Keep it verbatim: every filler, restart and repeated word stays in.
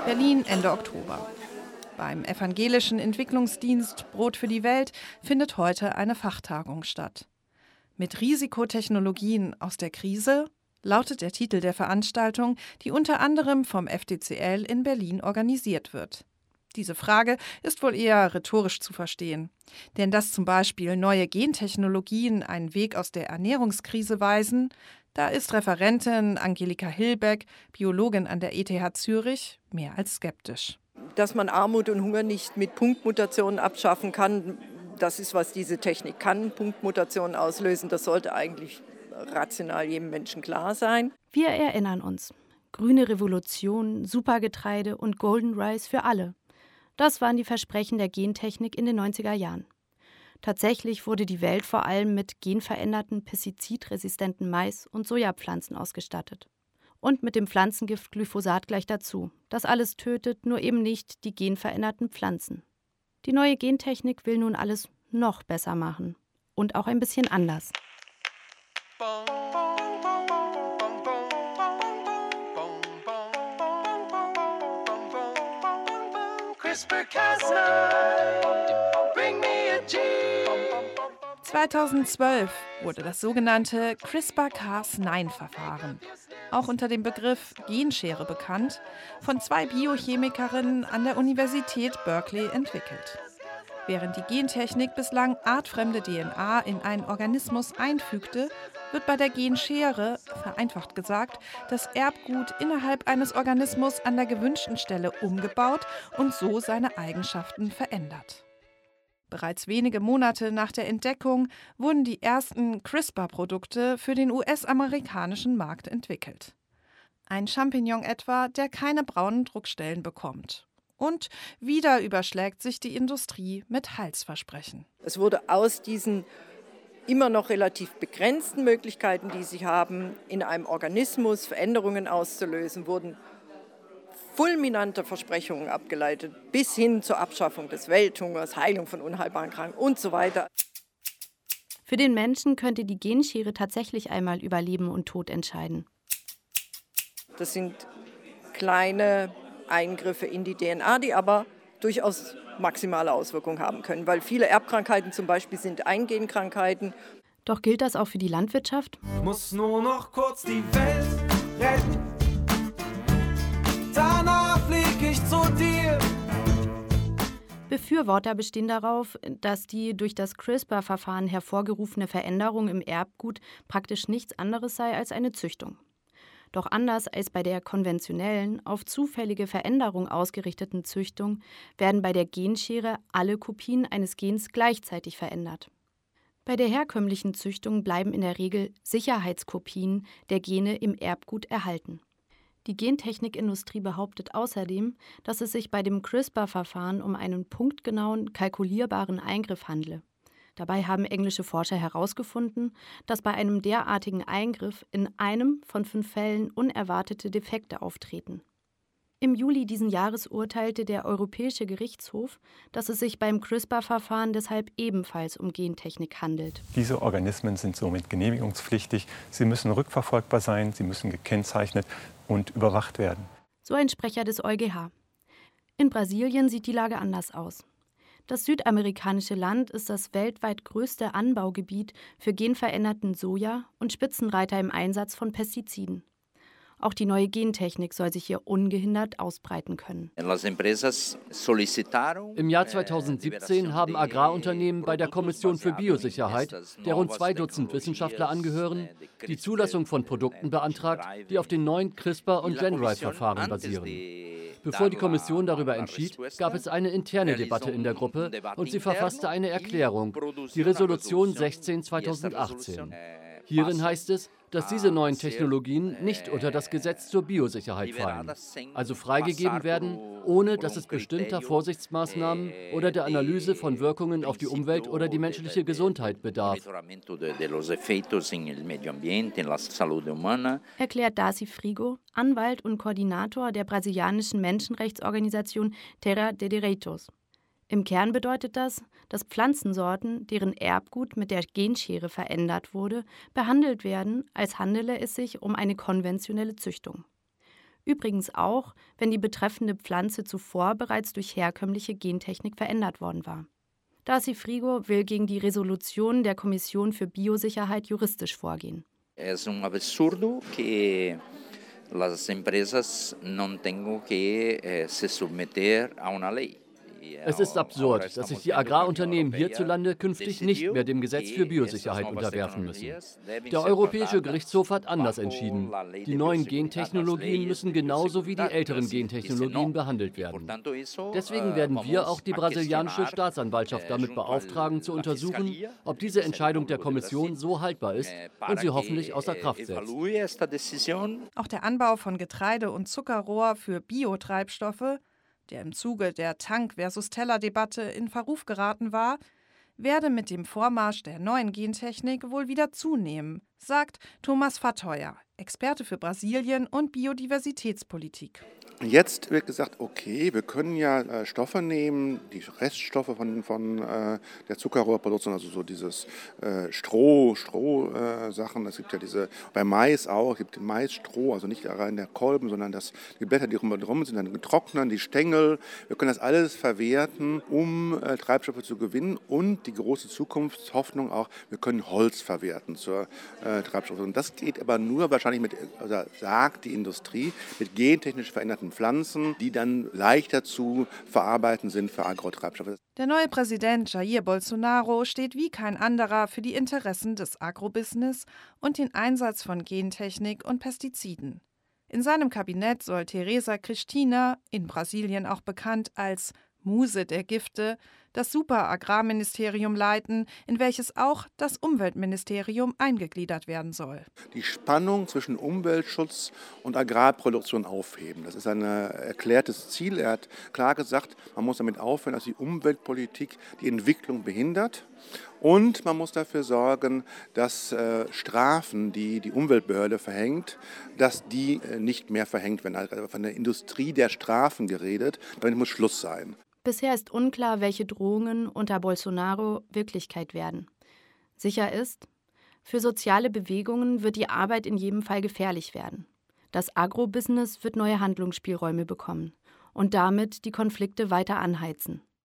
Berlin, Ende Oktober. Beim evangelischen Entwicklungsdienst Brot für die Welt findet heute eine Fachtagung statt. Mit Risikotechnologien aus der Krise lautet der Titel der Veranstaltung, die unter anderem vom F D C L in Berlin organisiert wird. Diese Frage ist wohl eher rhetorisch zu verstehen. Denn dass zum Beispiel neue Gentechnologien einen Weg aus der Ernährungskrise weisen, da ist Referentin Angelika Hillbeck, Biologin an der E T H Zürich, mehr als skeptisch. Dass man Armut und Hunger nicht mit Punktmutationen abschaffen kann, das ist, was diese Technik kann, Punktmutationen auslösen. Das sollte eigentlich rational jedem Menschen klar sein. Wir erinnern uns. Grüne Revolution, Supergetreide und Golden Rice für alle. Das waren die Versprechen der Gentechnik in den neunziger Jahren. Tatsächlich wurde die Welt vor allem mit genveränderten, pestizidresistenten Mais- und Sojapflanzen ausgestattet. Und mit dem Pflanzengift Glyphosat gleich dazu. Das alles tötet, nur eben nicht die genveränderten Pflanzen. Die neue Gentechnik will nun alles noch besser machen. Und auch ein bisschen anders. zweitausendzwölf wurde das sogenannte CRISPR Cas neun Verfahren, auch unter dem Begriff Genschere bekannt, von zwei Biochemikerinnen an der Universität Berkeley entwickelt. Während die Gentechnik bislang artfremde D N A in einen Organismus einfügte, wird bei der Genschere, vereinfacht gesagt, das Erbgut innerhalb eines Organismus an der gewünschten Stelle umgebaut und so seine Eigenschaften verändert. Bereits wenige Monate nach der Entdeckung wurden die ersten CRISPR-Produkte für den U S-amerikanischen Markt entwickelt. Ein Champignon etwa, der keine braunen Druckstellen bekommt. Und wieder überschlägt sich die Industrie mit Heilsversprechen. Es wurde aus diesen immer noch relativ begrenzten Möglichkeiten, die sie haben, in einem Organismus Veränderungen auszulösen, wurden fulminante Versprechungen abgeleitet, bis hin zur Abschaffung des Welthungers, Heilung von unheilbaren Krankheiten und so weiter. Für den Menschen könnte die Genschere tatsächlich einmal über Leben und Tod entscheiden. Das sind kleine Eingriffe in die D N A, die aber durchaus maximale Auswirkungen haben können, weil viele Erbkrankheiten zum Beispiel sind Eingenkrankheiten. Doch gilt das auch für die Landwirtschaft? Muss nur noch kurz die Welt retten. Danach flieg ich zu dir. Befürworter bestehen darauf, dass die durch das CRISPR-Verfahren hervorgerufene Veränderung im Erbgut praktisch nichts anderes sei als eine Züchtung. Doch anders als bei der konventionellen, auf zufällige Veränderung ausgerichteten Züchtung werden bei der Genschere alle Kopien eines Gens gleichzeitig verändert. Bei der herkömmlichen Züchtung bleiben in der Regel Sicherheitskopien der Gene im Erbgut erhalten. Die Gentechnikindustrie behauptet außerdem, dass es sich bei dem CRISPR-Verfahren um einen punktgenauen, kalkulierbaren Eingriff handle. Dabei haben englische Forscher herausgefunden, dass bei einem derartigen Eingriff in einem von fünf Fällen unerwartete Defekte auftreten. Im Juli diesen Jahres urteilte der Europäische Gerichtshof, dass es sich beim CRISPR-Verfahren deshalb ebenfalls um Gentechnik handelt. Diese Organismen sind somit genehmigungspflichtig. Sie müssen rückverfolgbar sein, sie müssen gekennzeichnet und überwacht werden. So ein Sprecher des EuGH. In Brasilien sieht die Lage anders aus. Das südamerikanische Land ist das weltweit größte Anbaugebiet für genveränderten Soja und Spitzenreiter im Einsatz von Pestiziden. Auch die neue Gentechnik soll sich hier ungehindert ausbreiten können. Im Jahr zweitausendsiebzehn haben Agrarunternehmen bei der Kommission für Biosicherheit, der rund zwei Dutzend Wissenschaftler angehören, die Zulassung von Produkten beantragt, die auf den neuen CRISPR- und Genrife-Verfahren basieren. Bevor die Kommission darüber entschied, gab es eine interne Debatte in der Gruppe und sie verfasste eine Erklärung, die Resolution sechzehn zweitausendachtzehn. Hierin heißt es, dass diese neuen Technologien nicht unter das Gesetz zur Biosicherheit fallen, also freigegeben werden, ohne dass es bestimmter Vorsichtsmaßnahmen oder der Analyse von Wirkungen auf die Umwelt oder die menschliche Gesundheit bedarf. Erklärt Darcy Frigo, Anwalt und Koordinator der brasilianischen Menschenrechtsorganisation Terra de Direitos. Im Kern bedeutet das, dass Pflanzensorten, deren Erbgut mit der Genschere verändert wurde, behandelt werden, als handele es sich um eine konventionelle Züchtung. Übrigens auch, wenn die betreffende Pflanze zuvor bereits durch herkömmliche Gentechnik verändert worden war. Darcy Frigo will gegen die Resolution der Kommission für Biosicherheit juristisch vorgehen. Es ist un absurdo que las empresas no tengan que se someter a una ley. Es ist absurd, dass sich die Agrarunternehmen hierzulande künftig nicht mehr dem Gesetz für Biosicherheit unterwerfen müssen. Der Europäische Gerichtshof hat anders entschieden. Die neuen Gentechnologien müssen genauso wie die älteren Gentechnologien behandelt werden. Deswegen werden wir auch die brasilianische Staatsanwaltschaft damit beauftragen, zu untersuchen, ob diese Entscheidung der Kommission so haltbar ist und sie hoffentlich außer Kraft setzt. Auch der Anbau von Getreide und Zuckerrohr für Biotreibstoffe, der im Zuge der Tank-versus-Teller-Debatte in Verruf geraten war, werde mit dem Vormarsch der neuen Gentechnik wohl wieder zunehmen, sagt Thomas Fateuer, Experte für Brasilien und Biodiversitätspolitik. Jetzt wird gesagt, okay, wir können ja äh, Stoffe nehmen, die Reststoffe von, von äh, der Zuckerrohrproduktion, also so dieses äh, Stroh, Stroh-Sachen. Äh, es gibt ja diese, bei Mais auch, es gibt den Maisstroh, also nicht rein der Kolben, sondern das, die Blätter, die rum sind, dann getrocknet, die Stängel. Wir können das alles verwerten, um äh, Treibstoffe zu gewinnen. Und die große Zukunftshoffnung auch, wir können Holz verwerten zur äh, Treibstoff. Und das geht aber nur wahrscheinlich mit, also sagt die Industrie, mit gentechnisch veränderten Pflanzen, die dann leichter zu verarbeiten sind für Agrotreibstoffe. Der neue Präsident Jair Bolsonaro steht wie kein anderer für die Interessen des Agrobusiness und den Einsatz von Gentechnik und Pestiziden. In seinem Kabinett soll Teresa Cristina, in Brasilien auch bekannt als Muse der Gifte, das Super-Agrarministerium leiten, in welches auch das Umweltministerium eingegliedert werden soll. Die Spannung zwischen Umweltschutz und Agrarproduktion aufheben. Das ist ein erklärtes Ziel. Er hat klar gesagt, man muss damit aufhören, dass die Umweltpolitik die Entwicklung behindert. Und man muss dafür sorgen, dass äh, Strafen, die die Umweltbehörde verhängt, dass die äh, nicht mehr verhängt werden. Also von der Industrie der Strafen geredet. Damit muss Schluss sein. Bisher ist unklar, welche Drohungen unter Bolsonaro Wirklichkeit werden. Sicher ist, für soziale Bewegungen wird die Arbeit in jedem Fall gefährlich werden. Das Agrobusiness wird neue Handlungsspielräume bekommen und damit die Konflikte weiter anheizen.